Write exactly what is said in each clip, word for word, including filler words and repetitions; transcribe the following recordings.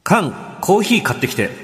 缶コーヒー買ってきて。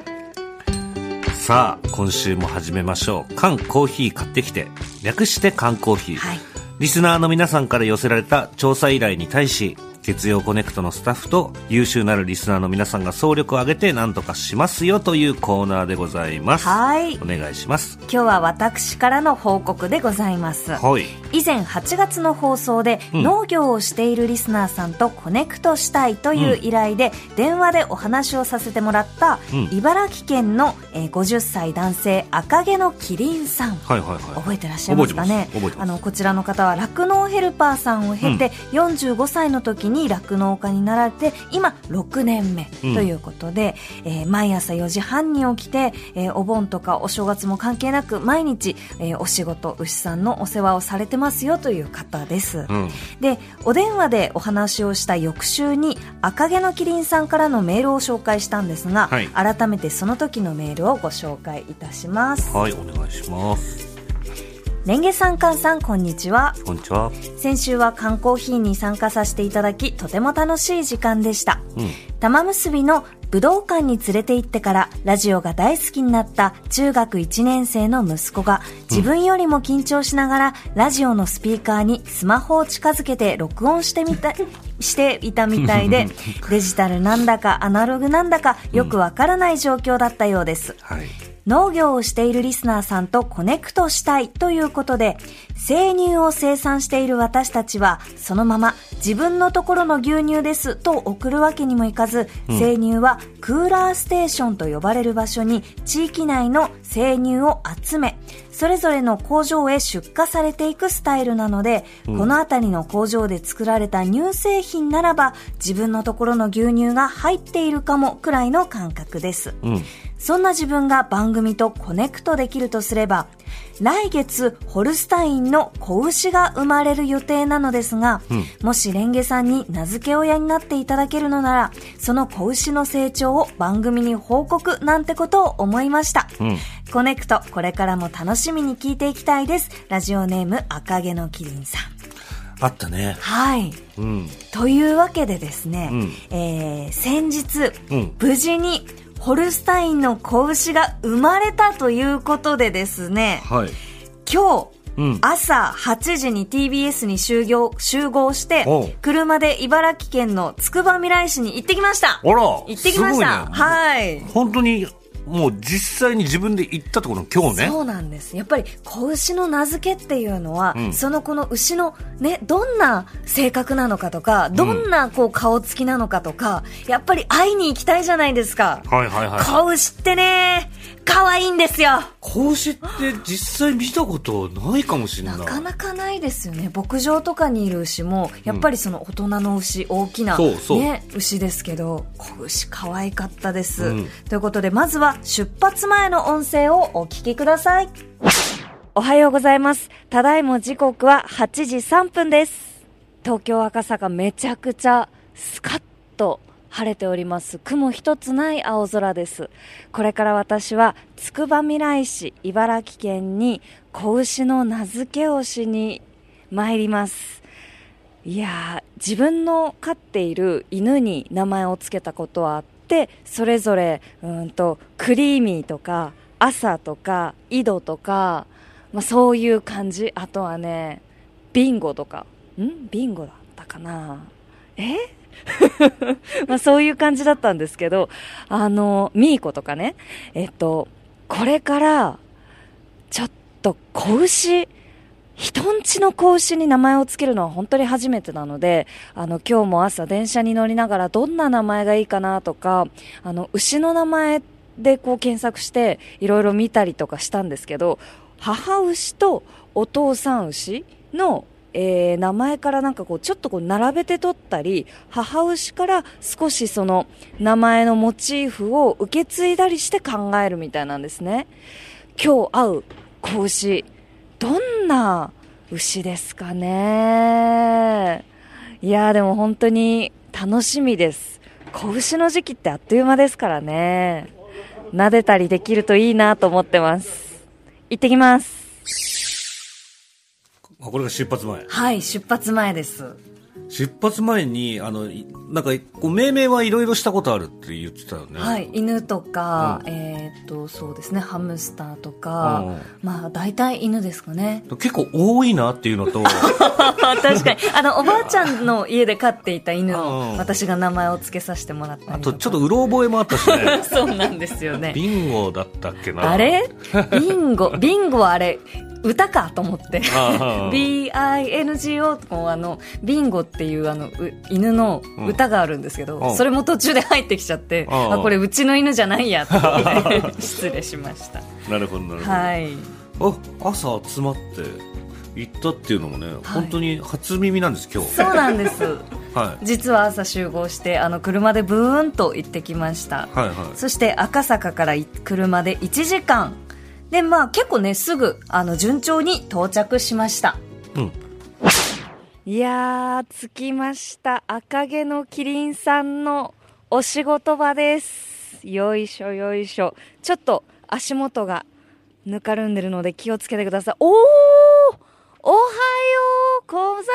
さあ今週も始めましょう。缶コーヒー買ってきて、略して缶コーヒー、はい、リスナーの皆さんから寄せられた調査依頼に対し、月曜コネクトのスタッフと優秀なるリスナーの皆さんが総力を挙げて何とかしますよというコーナーでございます。 はい、 お願いします。 今日は私からの報告でございます。 はい、 以前はちがつの放送で、うん、農業をしているリスナーさんとコネクトしたいという依頼で、うん、電話でお話をさせてもらった、うん、茨城県の、えー、ごじゅっさい男性赤毛のキリンさん、 はいはいはい、 覚えてらっしゃいますかね。あのこちらの方は酪農ヘルパーさんを経て、うん、よんじゅうごさいの時に酪農家になられて今ろくねんめということで、うん、えー、毎朝よじはんに起きて、えー、お盆とかお正月も関係なく毎日、えー、お仕事牛さんのお世話をされてますよという方です、うん、でお電話でお話をした翌週に赤毛のキリンさんからのメールを紹介したんですが、はい、改めてその時のメールをご紹介いたします。 はい、お願いします。 レンゲさん、カンさん、こんにちは。 こんにちは。 先週は缶コーヒーに参加させていただき、とても楽しい時間でした、うん、玉結びの武道館に連れて行ってからラジオが大好きになった中学いちねん生の息子が自分よりも緊張しながらラジオのスピーカーにスマホを近づけて録音してみたしていたみたいでデジタルなんだかアナログなんだかよくわからない状況だったようです、うん、はい、農業をしているリスナーさんとコネクトしたいということで、生乳を生産している私たちはそのまま自分のところの牛乳ですと送るわけにもいかず、うん、生乳はクーラーステーションと呼ばれる場所に地域内の生乳を集め、それぞれの工場へ出荷されていくスタイルなので、うん、この辺りの工場で作られた乳製品ならば自分のところの牛乳が入っているかもくらいの感覚です、うん、そんな自分が番組とコネクトできるとすれば、来月ホルスタインの子牛が生まれる予定なのですが、うん、もしレンゲさんに名付け親になっていただけるのなら、その子牛の成長を番組に報告なんてことを思いました、うん、コネクトこれからも楽しみに聞いていきたいです。ラジオネーム赤毛のキリンさん。 あったね。 はい、うん、というわけでですね、うん、えー、先日、うん、無事にホルスタインの子牛が生まれたということでですね、はい、今日、うん、朝はちじに ティービーエス に集合、集合して車で茨城県のつくばみらい市に行ってきました。 あら、 行ってきました、ね、はい、 本当にもう実際に自分で行ったところの今日ね。 そうなんです。やっぱり子牛の名付けっていうのは、うん、そのこの牛のね、どんな性格なのかとか、どんなこう顔つきなのかとか、うん、やっぱり会いに行きたいじゃないですか。 はいはいはい。 子牛ってね、可愛いんですよ。 子牛って実際見たことないかもしれない。 なかなかないですよね。牧場とかにいる牛もやっぱりその大人の牛、大きな、ね、そうそう牛ですけど、子牛可愛かったです、うん、ということでまずは出発前の音声をお聞きください。おはようございます。ただいま時刻ははちじさんぷんです。東京赤坂めちゃくちゃスカッと晴れております。雲一つない青空です。これから私はつくばみらい市茨城県に子牛の名付けをしに参ります。いやー、自分の飼っている犬に名前をつけたことはあって、それぞれうんとクリーミーとか朝とか井戸とか、まあ、そういう感じ。あとはね、ビンゴとかんビンゴだったかな、えまあそういう感じだったんですけど、あのミーコとかね、えっとこれからちょっと子牛、人んちの子牛に名前をつけるのは本当に初めてなので、あの今日も朝電車に乗りながらどんな名前がいいかなとか、あの牛の名前でこう検索していろいろ見たりとかしたんですけど、母牛とお父さん牛のえー、名前からなんかこうちょっとこう並べて取ったり、母牛から少しその名前のモチーフを受け継いだりして考えるみたいなんですね。今日会う子牛、どんな牛ですかね。いやー、でも本当に楽しみです。子牛の時期ってあっという間ですからね。撫でたりできるといいなと思ってます。行ってきます。 これが出発前。 はい、出発前です。 出発前にあのなんかこう命名はいろいろしたことあるって言ってたよね。 はい、犬とか、 うん、 えー、っとそうですね、ハムスターとか、うん、まあ大体犬ですかね。 結構多いなっていうのと確かにあのおばあちゃんの家で飼っていた犬を私が名前を付けさせてもらったりとか、 あとちょっとうろ覚えもあったしねそうなんですよね。 ビンゴだったっけな。 あれビンゴビンゴはあれ歌かと思ってビーアイエヌジーオー とあのビンゴっていうあの犬の歌があるんですけど、うん、それも途中で入ってきちゃって、うん、あこれうちの犬じゃないやって失礼しました。 なるほどなるほど、 はい、 あ朝集まって行ったっていうのもね、はい、本当に初耳なんです今日。 そうなんです、 はい、 実は朝集合してあの車でブーンと行ってきました、 はいはい、そして赤坂から車でいちじかんで、まあ結構ねすぐあの順調に到着しました、 うん、 いやー着きました。赤毛のキリンさんのお仕事場です。よいしょよいしょ。ちょっと足元がぬかるんでるので気をつけてください。おーおはようございます。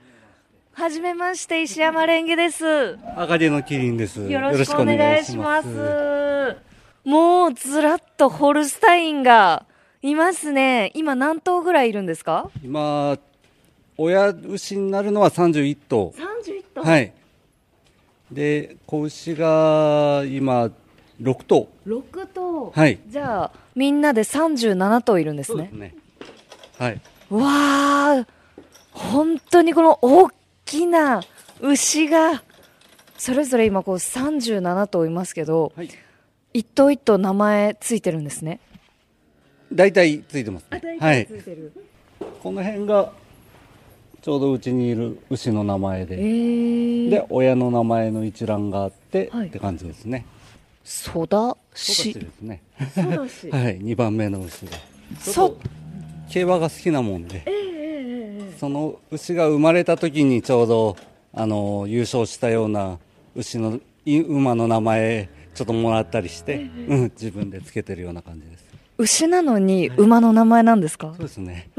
はじめまして、石山レンゲです。 赤毛のキリンです。 よろしくお願いします。もうずらっとホルスタインがいますね。今何頭ぐらいいるんですか？ 今親牛になるのはさんじゅういっとう。 さんじゅういっとう。 はい。で子牛が今ろくとう。 ろくとう。 はい。 じゃあみんなでさんじゅうななとういるんですね。 そうですね。はい。 わー、本当にこの大きな牛がそれぞれ今こうさんじゅうななとういますけど、はい、一頭一頭名前ついてるんですね。 大体ついてます、ね。 あ、大体ついてる。 はい、この辺がちょうどうちにいる牛の名前で、 えー、 で親の名前の一覧があって、はい、って感じですね。 ソダシですね。 ソダシはい、にばんめの牛が。そ競馬が好きなもんで、 えーえー、 その牛が生まれた時にちょうどあの優勝したような牛の馬の名前ちょっともらったりして、えーうん、自分でつけてるような感じです。 牛なのに馬の名前なんですか？ そうですね。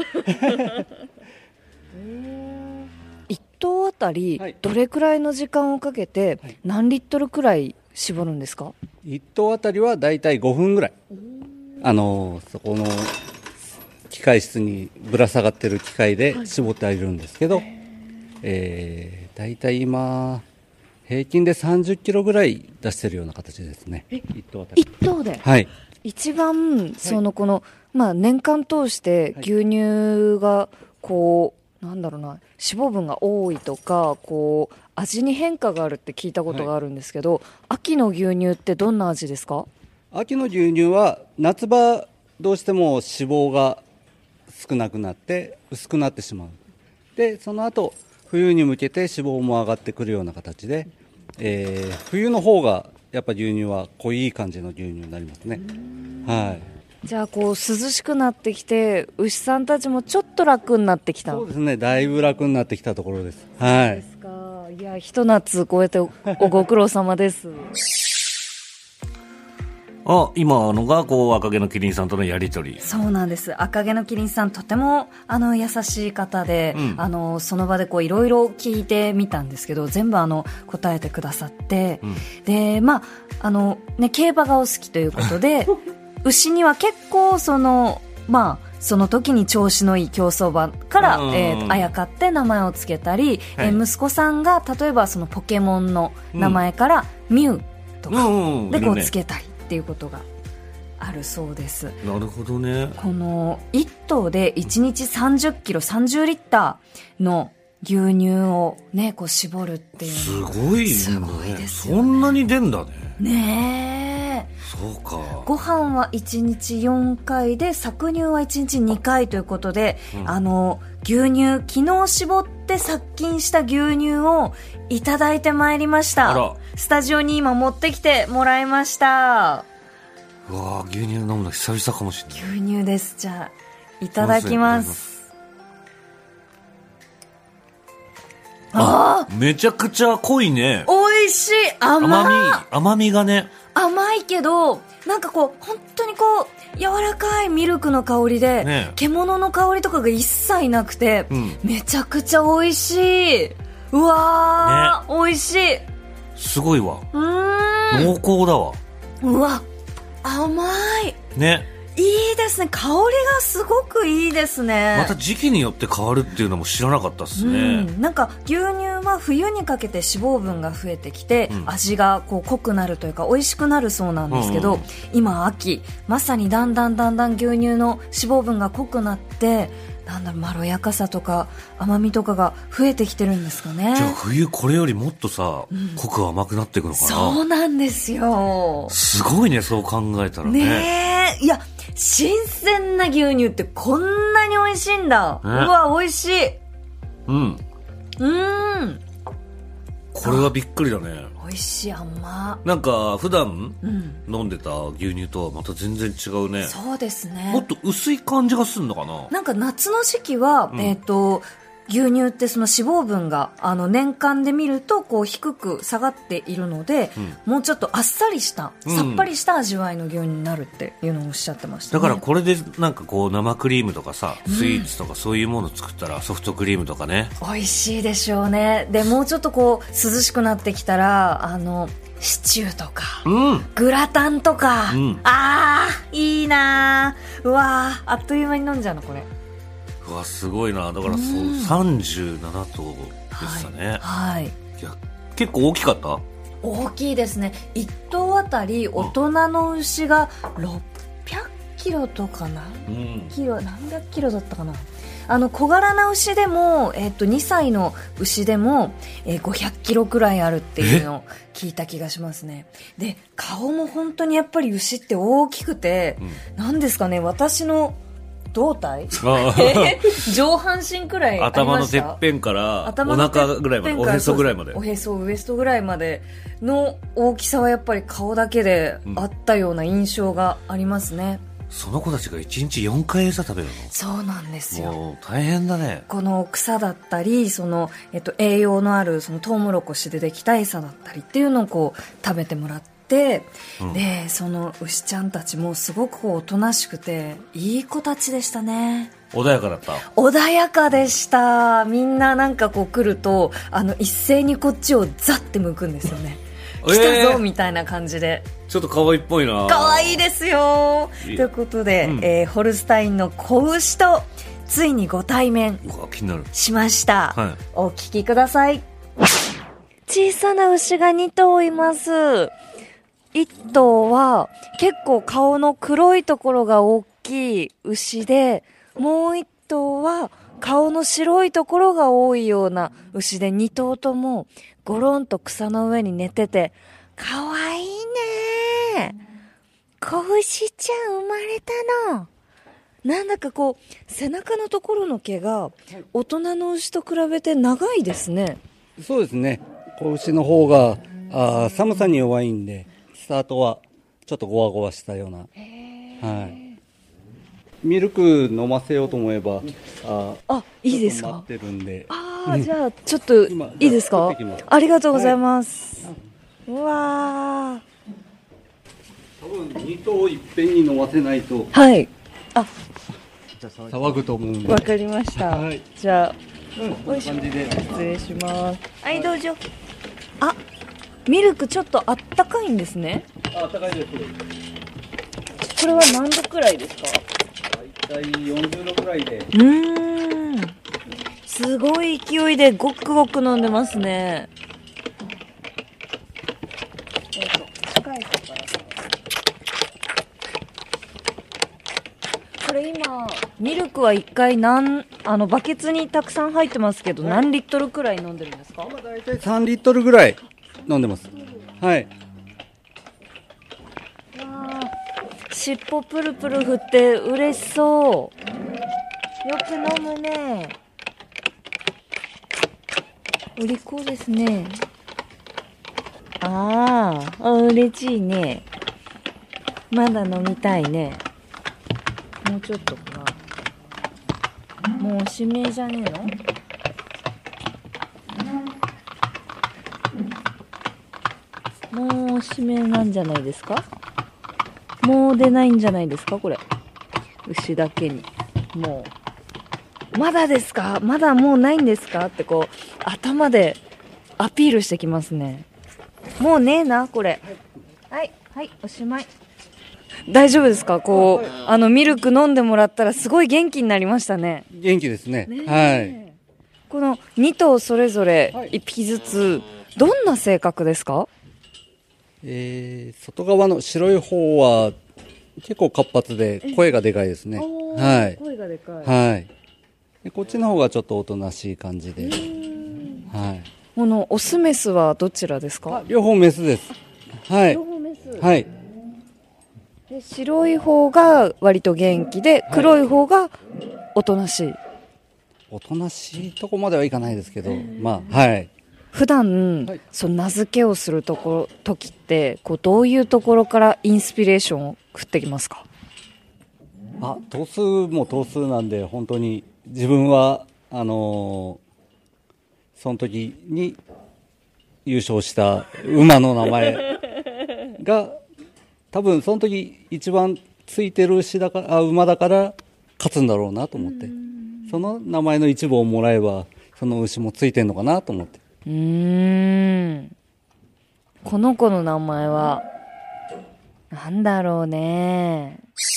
いっとうあたりどれくらいの時間をかけて何リットルくらい絞るんですか？ いっとうあたりはだいたいごふんぐらい、あのそこの機械室にぶら下がってる機械で絞ってあげるんですけど、はい、えー、だいたい今平均でさんじゅっキロぐらい出してるような形ですね。 いっとうあたりいっとうで、 はい、 一番そのこの、まあ、年間通して牛乳がこうなんだろうな脂肪分が多いとかこう味に変化があるって聞いたことがあるんですけど、はい、秋の牛乳ってどんな味ですか？ 秋の牛乳は夏場どうしても脂肪が少なくなって薄くなってしまう。でその後冬に向けて脂肪も上がってくるような形で、えー、冬の方がやっぱ牛乳は濃い感じの牛乳になりますね。はい。 じゃあこう涼しくなってきて牛さんたちもちょっと楽になってきた。 そうですね、だいぶ楽になってきたところです。はい。 そうですか。いやひと夏こうやって ご, ご苦労様です。 あ、今のがこう赤毛のキリンさんとのやり取り。 そうなんです。赤毛のキリンさんとてもあの優しい方で、うん、あのその場でいろいろ聞いてみたんですけど全部あの答えてくださって、うん、でまああのね競馬がお好きということで牛には結構そのまあその時に調子のいい競走馬から、えー、あやかって名前をつけたり、はい、えー、息子さんが例えばそのポケモンの名前から、うん、ミュウとかでこうつけたりっていうことがあるそうです。 なるほどね。 このいっとうでいちにちさんじゅっキロさんじゅうリッターの牛乳をねこう絞るっていうのはすごいね。 すごいですよね。 そんなに出んだね。 ねえ。 そうか。 ご飯はいちにちよんかいで搾乳はいちにちにかいということで、うん、あの牛乳昨日絞って殺菌した牛乳をいただいてまいりました。 あら、 スタジオに今持ってきてもらいました。 うわ牛乳飲むの久々かもしれない。 牛乳です。じゃあいただきます。 ああ、めちゃくちゃ濃いね。 美味しい。甘み甘みがね甘いけどなんかこう本当にこう柔らかいミルクの香りで、ね、獣の香りとかが一切なくて、うん、めちゃくちゃ美味しい。うわー、ね、美味しい。 すごいわ。うーん、濃厚だわ。 うわ、甘いね。 いいですね。香りがすごくいいですね。 また時期によって変わるっていうのも知らなかったですね、うん、 なんか牛乳は冬にかけて脂肪分が増えてきて、うん、味がこう濃くなるというか美味しくなるそうなんですけど、うんうん、今秋まさにだんだんだんだん牛乳の脂肪分が濃くなって、なんだろう、まろやかさとか甘みとかが増えてきてるんですかね。 じゃあ冬これよりもっとさ、うん、濃く甘くなっていくのかな。 そうなんですよ。 すごいね、そう考えたらね。 ねえ、いや新鮮な牛乳ってこんなに美味しいんだ、ね、うわ美味しい。うんうんこれはびっくりだね。 美味しい。甘なんか普段飲んでた牛乳とはまた全然違うね、うん、 そうですね。 もっと薄い感じがするのかな。 なんか夏の時期は、うん、えっと牛乳ってその脂肪分があの年間で見るとこう低く下がっているので、うん、もうちょっとあっさりしたさっぱりした味わいの牛乳になるっていうのをおっしゃってましたね、 だからこれでなんかこう生クリームとかさスイーツとかそういうもの作ったらソフトクリームとかね、 美味しいでしょうね。でもうちょっとこう涼しくなってきたらあのシチューとか、うん、グラタンとか、うん、あーいいなー。うわーあっという間に飲んじゃうのこれ。 うわすごいな。だからそう、うん、さんじゅうななとうでしたね、 はい、はい、いや結構大きかった。 大きいですね。いっとうあたり大人の牛がろっぴゃっキロとかな、うん、キロ何百キロだったかな。あの小柄な牛でも、えー、とにさいの牛でも、えー、ごひゃっキロくらいあるっていうのを聞いた気がしますね。で顔も本当にやっぱり牛って大きくて、うん、なんですかね、私の胴体上半身くらいありました。 頭のてっぺんからお腹ぐらいまで、おへそぐらいまで、 おへそウエストぐらいまでの大きさはやっぱり顔だけであったような印象がありますね、 うん、その子たちがいちにちよんかい餌食べるの。 そうなんですよ。 もう大変だね。 この草だったりその、えっと、栄養のあるそのトウモロコシでできた餌だったりっていうのをこう食べてもらってで、うん、でその牛ちゃんたちもすごくこうおとなしくていい子たちでしたね。 穏やかだった。 穏やかでした。みんななんかこう来るとあの一斉にこっちをザッて向くんですよね来たぞみたいな感じで、 ちょっと可愛いっぽいな。 可愛いですよ。ということで、うん、えー、ホルスタインの子牛とついにご対面しました、はい、お聞きください。小さな牛がにとういます。一頭は結構顔の黒いところが大きい牛で、もう一頭は顔の白いところが多いような牛で、二頭ともゴロンと草の上に寝てて、かわいいね。子牛ちゃん生まれたの。なんだかこう背中のところの毛が大人の牛と比べて長いですね。 そうですね。子牛の方があ寒さに弱いんで、スタートはちょっとゴワゴワしたような、はい、ミルク飲ませようと思えばああいいですか。 待ってるんで、 あじゃあちょっといいですか。ありがとうございます、はい、うわ多分に頭いっぺんに飲ませないと、 はいあ騒ぐと思うんで。 わかりました、はい、じゃあ、 うん、こんな感じで失礼します。はいどうぞ。あミルクちょっとあったかいんですね。 あったかいです。 これは何度くらいですか。 だいたいよんじゅうどくらいで。うーんすごい勢いでごくごく飲んでますね。えっと近いとこからこれ今ミルクはいっかい何あのバケツにたくさん入ってますけど、はい、何リットルくらい飲んでるんですか。 今だいたいさんリットルぐらい飲んでます。はい。 わー尻尾プルプル振って嬉しそう。よく飲むね。お利口ですね。ああ嬉しいね。まだ飲みたいね。もうちょっとかな。もう指名じゃねえの。もう指名なんじゃないですか。 もう出ないんじゃないですかこれ、牛だけに。もうまだですか、まだもうないんですかってこう頭でアピールしてきますね。もうねえなこれ。はいはい、おしまい。大丈夫ですか、こうあのミルク飲んでもらったらすごい元気になりましたね。 元気ですね。 ね、 はい。 このに頭それぞれいっぴきずつ、どんな性格ですか？ えー、外側の白い方は結構活発で声がでかいですね。はい。 声がでかい。 はい。でこっちの方がちょっとおとなしい感じで。はい。 このオスメスはどちらですか？ 両方メスです。はい。 両方メス。 はい。 で白い方が割と元気で、黒い方がおとなしい。はい、 おとなしいとこまではいかないですけど、まあはい。 普段、はい、その名付けをするところ時ってこうどういうところからインスピレーションを食ってきますか？ あ、頭数も頭数なんで本当に自分はあのー、その時に優勝した馬の名前が多分その時一番ついてる牛だからあ馬だから勝つんだろうなと思って、その名前の一部をもらえばその牛もついてんのかなと思って。 うーん、この子の名前はなんだろうね。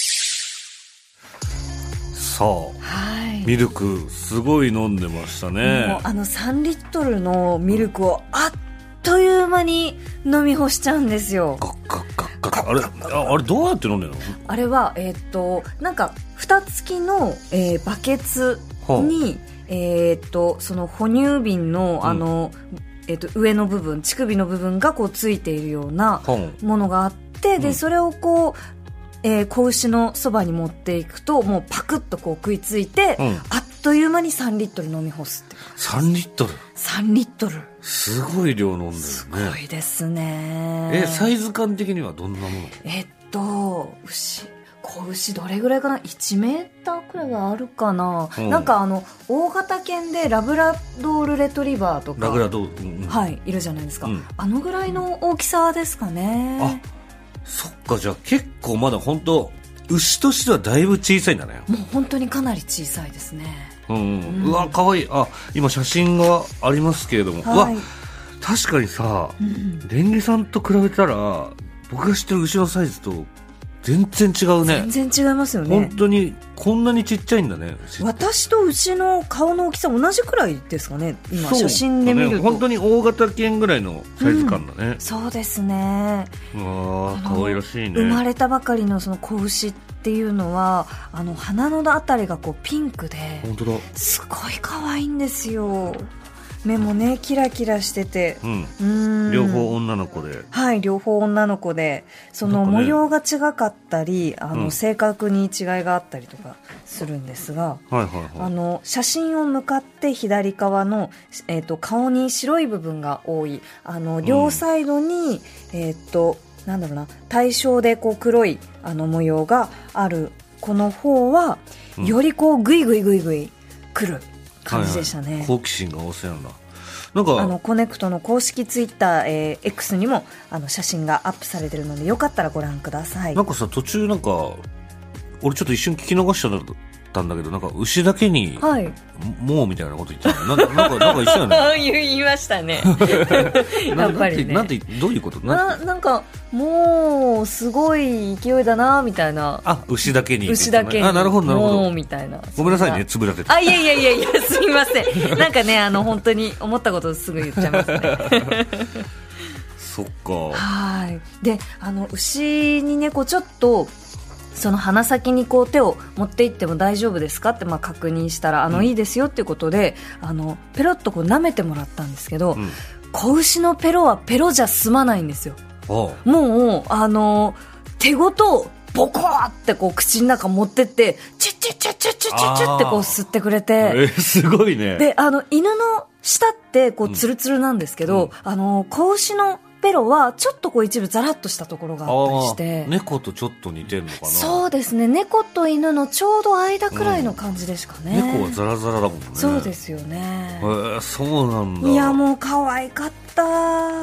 さあ、はい、ミルクすごい飲んでましたね。 もうあのさんリットルのミルクをあっという間に飲み干しちゃうんですよ。 ガッガッガッガッ。あれ、あ、あれどうやって飲んでるの？あれはえー、っとなんか蓋付きの、えー、バケツに、はあ、えー、っとその哺乳瓶のあの、うん、えー、っと上の部分、乳首の部分がこうついているようなものがあって、うん、でそれをこう、えー、子牛のそばに持っていくともうパクッとこう食いついて、うん、あっという間にさんリットル飲み干すって。 さんリットルさんリットルすごい量飲んでるね。 すごいですね。 えサイズ感的にはどんなもの？ えっと牛子牛どれぐらいかな、いちメーターくらいはあるかな、うん、なんかあの大型犬でラブラドールレトリバーとかラブラドール、うん、 はいいるじゃないですか、うん、あのぐらいの大きさですかね。 あ、そっか、じゃあ結構まだ本当牛としてはだいぶ小さいんだね。 もう本当にかなり小さいですね。 うん、うん、うわ可愛い。あ、今写真がありますけれども、はい、うわ確かにさ、うん、レンゲさんと比べたら僕が知ってる牛のサイズと全然違うね。 全然違いますよね。 本当にこんなにちっちゃいんだね。 私と牛の顔の大きさ同じくらいですかね。今写真で見ると、ね、 本当に大型犬ぐらいのサイズ感だね、 うん、そうですね。 わあ可愛らしいね。 生まれたばかりのその子牛っていうのはあの鼻のあたりがこうピンクで本当だすごい可愛いんですよ。目もねキラキラしてて、 うん、うん両方女の子で、 はい両方女の子でその模様が違かったり、ね、あの、うん、性格に違いがあったりとかするんですが、 はいはいはい、 あの写真を向かって左側の、えー、と顔に白い部分が多いあの両サイドに、うん、えー、となんだろうな対称でこう黒いあの模様があるこの方は、うん、よりこうグイグイグイグイ来る感じでしたね。はいはい、 好奇心が旺盛なんだ。なんかあのコネクトの公式ツイッター、えー、X にもあの写真がアップされてるのでよかったらご覧ください。 なんかさ途中なんか俺ちょっと一瞬聞き逃しちゃったんだけどなんか牛だけに、はい、もうみたいなこと言ってたのなんかなんかなんか一緒やね言いましたねやっぱりねなんてどういうことななんかもうすごい勢いだなみたいな。 あ牛だけに牛だけにあなるほどなるほどもうみたいな。 ごめんなさいねつぶらてて。 あいやいやいやいやすみませんなんかねあの本当に思ったことすぐ言っちゃいますねそっか。 はいであの牛にねこうちょっとその鼻先にこう手を持っていっても大丈夫ですかってまあ確認したらあの、うん、いいですよっていうことであのペロッとこう舐めてもらったんですけど、うん、子牛のペロはペロじゃ済まないんですよ。もうあの手ごとボコーってこう口の中持ってってチュッチュッチュッチュッチュッチュッチュッってこう吸ってくれて、えー、すごいね。 であの犬の舌ってこうツルツルなんですけど、うん、あの子牛のペロはちょっとこう一部ザラッとしたところがあったりして猫とちょっと似てるのかな。 そうですね猫と犬のちょうど間くらいの感じですかね、 うん、猫はザラザラだもんね。 そうですよね。 へーそうなんだ。 いやもう可愛かった。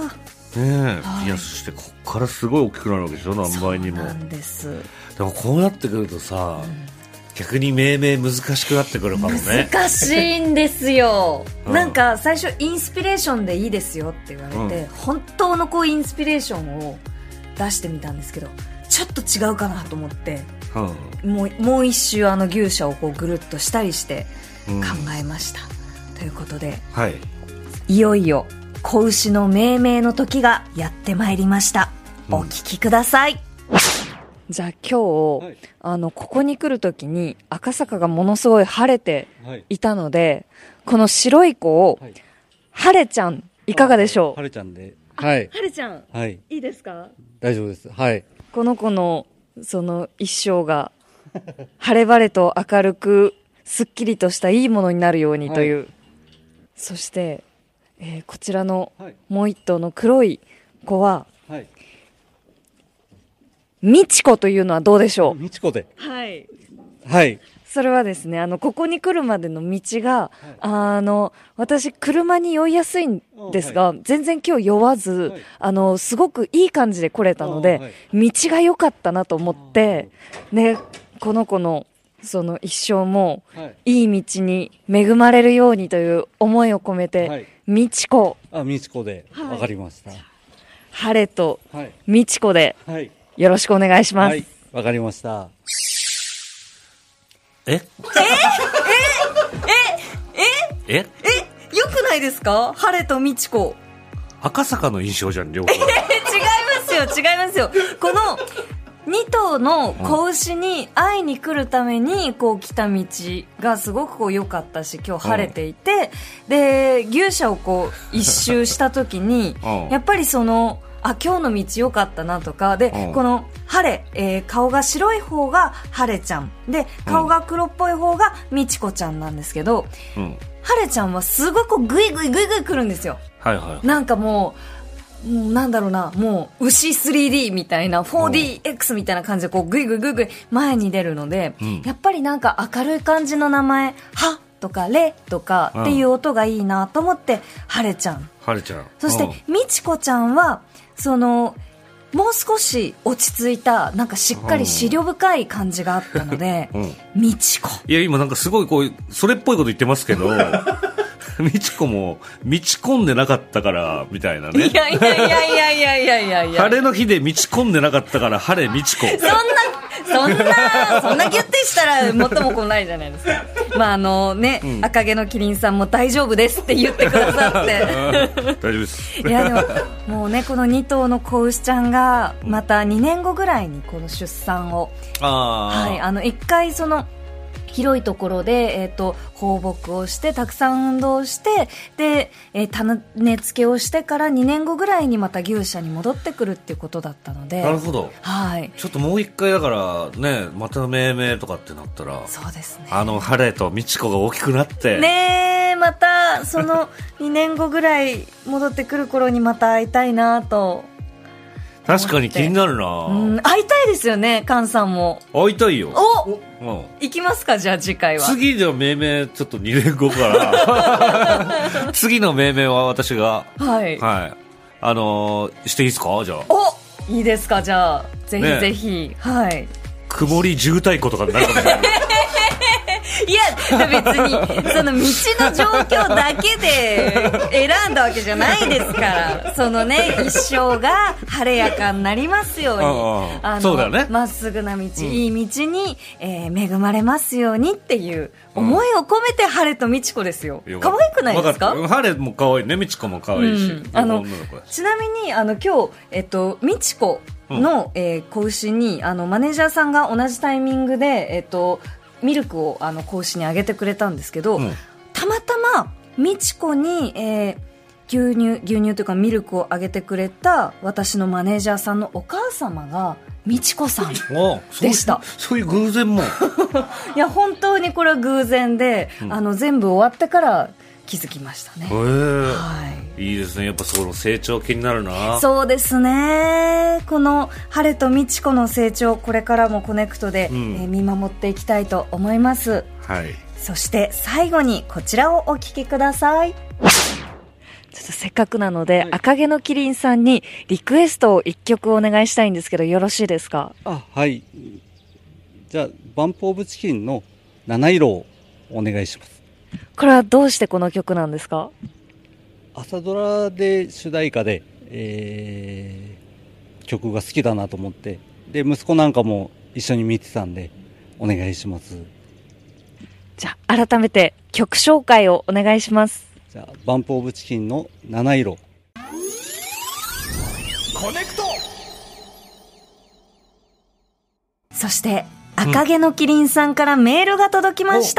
ねえ、いや、そしてこっからすごい大きくなるわけでしょ、何倍にも。 そうなんです。 でもこうなってくるとさ、うん、逆に命名難しくなってくるかもね。 難しいんですよ、うん、なんか最初インスピレーションでいいですよって言われて、うん、本当のこうインスピレーションを出してみたんですけど、ちょっと違うかなと思って、うん、もう、もう一周あの牛舎をこうぐるっとしたりして考えました、うん、ということで、はい、いよいよ子牛の命名の時がやってまいりました、うん、お聞きください。じゃあ今日、はい、あのここに来る時に赤坂がものすごい晴れていたので、はい、この白い子を、はい、晴れちゃんいかがでしょう。 晴れちゃんで、はい、 晴れちゃん、はい、いいですか。 大丈夫です。はい。 この子のその一生が晴れ晴れと明るくすっきりとしたいいものになるようにという、はい、そして、えー、こちらのもう一頭の黒い子は、はい、みちこというのはどうでしょう。 みちこで、 はい、 はい、 それはですね、あのここに来るまでの道が、はい、あの私車に酔いやすいんですが、はい、全然今日酔わず、はい、あのすごくいい感じで来れたので、はい、道が良かったなと思って、ね、この子のその一生も、はい、いい道に恵まれるようにという思いを込めて、はい、みちこ、 あ、みちこで、わ、はい、かりました。 晴れとみちこで、はい、よろしくお願いします。 はい、わかりました。 えええええええよくないですか。晴れとみちこ、 赤坂の印象じゃん、両方。 違いますよ、違いますよ。このに頭の子牛に会いに来るためにこう来た道がすごくこう良かったし、今日晴れていて、で牛舎をこう一周した時にやっぱりそのあ今日の道良かったなとかで、この晴れ、えー、顔が白い方が晴れちゃんで、顔が黒っぽい方がみちこちゃんなんですけど、うん、晴れちゃんはすごくグイグイグイグイ来るんですよ、はいはい、なんかもうもうなんだろうな、もう牛 スリーディー みたいな フォーディーエックス みたいな感じでこうグイグイグイグイ前に出るので、うん、やっぱりなんか明るい感じの名前、はとかれとかっていう音がいいなと思って、晴れちゃん、 晴れちゃん、 そしてみちこちゃんはそのもう少し落ち着いたなんかしっかり思慮深い感じがあったので、みちこ、 いや今なんかすごいこうそれっぽいこと言ってますけどみちこもみち込んでなかったからみたいなね。 いやいやいやいやいやいやいやいや、 晴れの日でみち込んでなかったから晴れみちこ、 そんなそんなそんなギュッてしたら元も子ないじゃないですか。まああのね、うん、赤毛のキリンさんも大丈夫ですって言ってくださって大丈夫です。 いやでももうね、このに頭の子牛ちゃんがまたにねんごぐらいにこの出産を、あ、はい、あのいっかいその広いところで、えーと、放牧をしてたくさん運動してで、えー、種付けをしてからにねんごぐらいにまた牛舎に戻ってくるっていうことだったので。 なるほど、 はい、 ちょっともう一回だからね、また命名とかってなったら、 そうですね、 あの晴れとみちこが大きくなってね、またそのにねんごぐらい戻ってくる頃にまた会いたいなと。 確かに気になるな、 うん、会いたいですよね、菅さんも。 会いたいよ。 お、うん、行きますか、じゃあ次回は。 次では命名ちょっとにねんごから次の命名は私が、はい、はい、あのー、していいですか。じゃあ、 お、いいですか、じゃあぜひぜひ、ね、はい、 曇り渋滞湖とかになるかもしれないいや別にその道の状況だけで選んだわけじゃないですから、そのね一生が晴れやかになりますように、あのそうだよね、まっすぐな道、うん、いい道に、えー、恵まれますようにっていう思いを込めて晴れとみちこですよ。可愛くないですか。 晴れも可愛いね、みちこも可愛いし、うん、 あのちなみにあの今日、えっと、みちこの、うん、えー、子牛にあのマネージャーさんが同じタイミングで、えっとミルクをあの子牛にあげてくれたんですけど、うん、たまたまみちこに、えー、牛乳牛乳というかミルクをあげてくれた私のマネージャーさんのお母様がみちこさんでした。 そういう偶然もいや本当にこれは偶然で、うん、あの全部終わってから気づきましたね。へー、はい、いいですね。やっぱその成長気になるな。 そうですね。この晴れとみちこの成長、これからもコネクトで、うん、えー、見守っていきたいと思います。はい。そして最後にこちらをお聞きください。 ちょっとせっかくなので、はい、赤毛のキリンさんにリクエストを一曲お願いしたいんですけど、よろしいですか？ あ、はい。じゃあバンプオブチキンの七色をお願いします。 これはどうしてこの曲なんですか？ 朝ドラで主題歌で、えー、曲が好きだなと思って、で息子なんかも一緒に見てたんでお願いします。 じゃあ改めて曲紹介をお願いします。 じゃあバンプオブチキンの七色。 コネクト。そして赤毛のキリンさんからメールが届きました。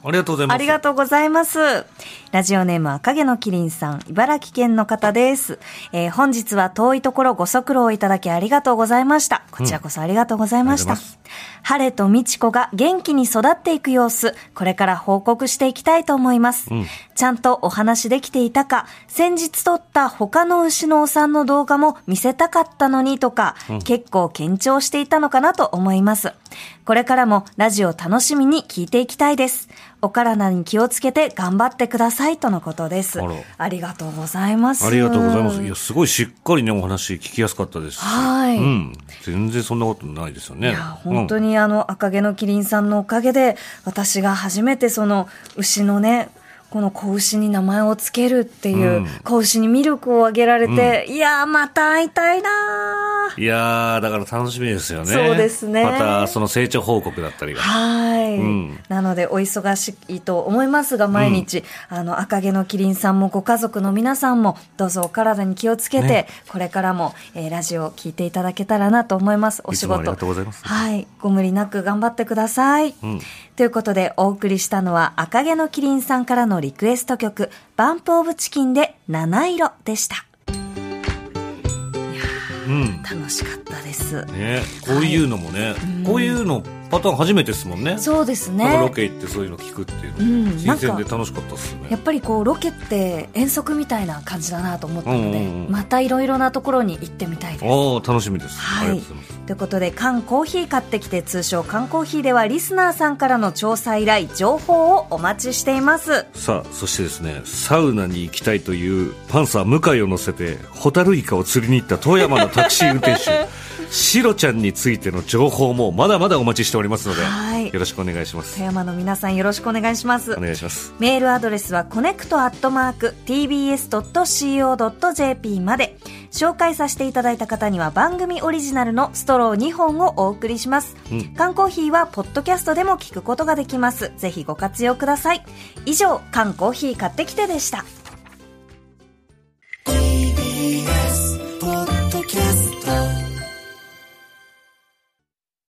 うん、ありがとうございます。 ありがとうございます。ラジオネーム赤毛のキリンさん、茨城県の方です。えー、本日は遠いところご足労いただきありがとうございました。こちらこそありがとうございました。うん、晴れと美智子が元気に育っていく様子、これから報告していきたいと思います。うん、ちゃんとお話できていたか、先日撮った他の牛のお産の動画も見せたかったのにとか、うん、結構緊張していたのかなと思います。これからもラジオ楽しみに聞いていきたいです。お体に気をつけて頑張ってくださいとのことです。 あ, ありがとうございます。 ありがとうございます。いや、すごいしっかりねお話聞きやすかったです。 はい、 うん、全然そんなことないですよね。 いや本当にあの赤毛のキリンさんのおかげで、私が初めてその牛のね、この子牛に名前をつけるっていう、うん、子牛にミルクをあげられて、うん、いやーまた会いたいなー。 いやーだから楽しみですよね。 そうですね。 またその成長報告だったりが、 はい、 うん、 なのでお忙しいと思いますが、毎日、うん、あの赤毛のキリンさんもご家族の皆さんもどうぞお体に気をつけて、ね、これからも、えー、ラジオを聞いていただけたらなと思います。お仕事いつもありがとうございます。 はい、ご無理なく頑張ってください。うん、ということでお送りしたのは赤毛のキリンさんからのリクエスト曲、バンプオブチキンで七色でした。いやー、うん、楽しかったです、 ね、こういうのもね、はい、こういうのパターン初めてですもんね。 そうですね。 ロケ行ってそういうの聞くっていうの、うん、新鮮で楽しかったですね。 やっぱりこうロケって遠足みたいな感じだなと思ったので、うんうんうん、またいろいろなところに行ってみたいです。 お楽しみです、 はい、ありがとうございます。ということで缶コーヒー買ってきて、通称缶コーヒーではリスナーさんからの調査依頼情報をお待ちしています。 さあそしてですね、サウナに行きたいというパンサー向井を乗せてホタルイカを釣りに行った富山のタクシー運転手シロちゃんについての情報もまだまだお待ちしておりますので、はい、よろしくお願いします。 富山の皆さんよろしくお願いします。 お願いします。 メールアドレスはコネクトアットマーク ティービーエスドットシーオードットジェーピー まで。紹介させていただいた方には番組オリジナルのストローにほんをお送りします。うん、缶コーヒーはポッドキャストでも聞くことができます。ぜひご活用ください。以上、缶コーヒー買ってきてでした。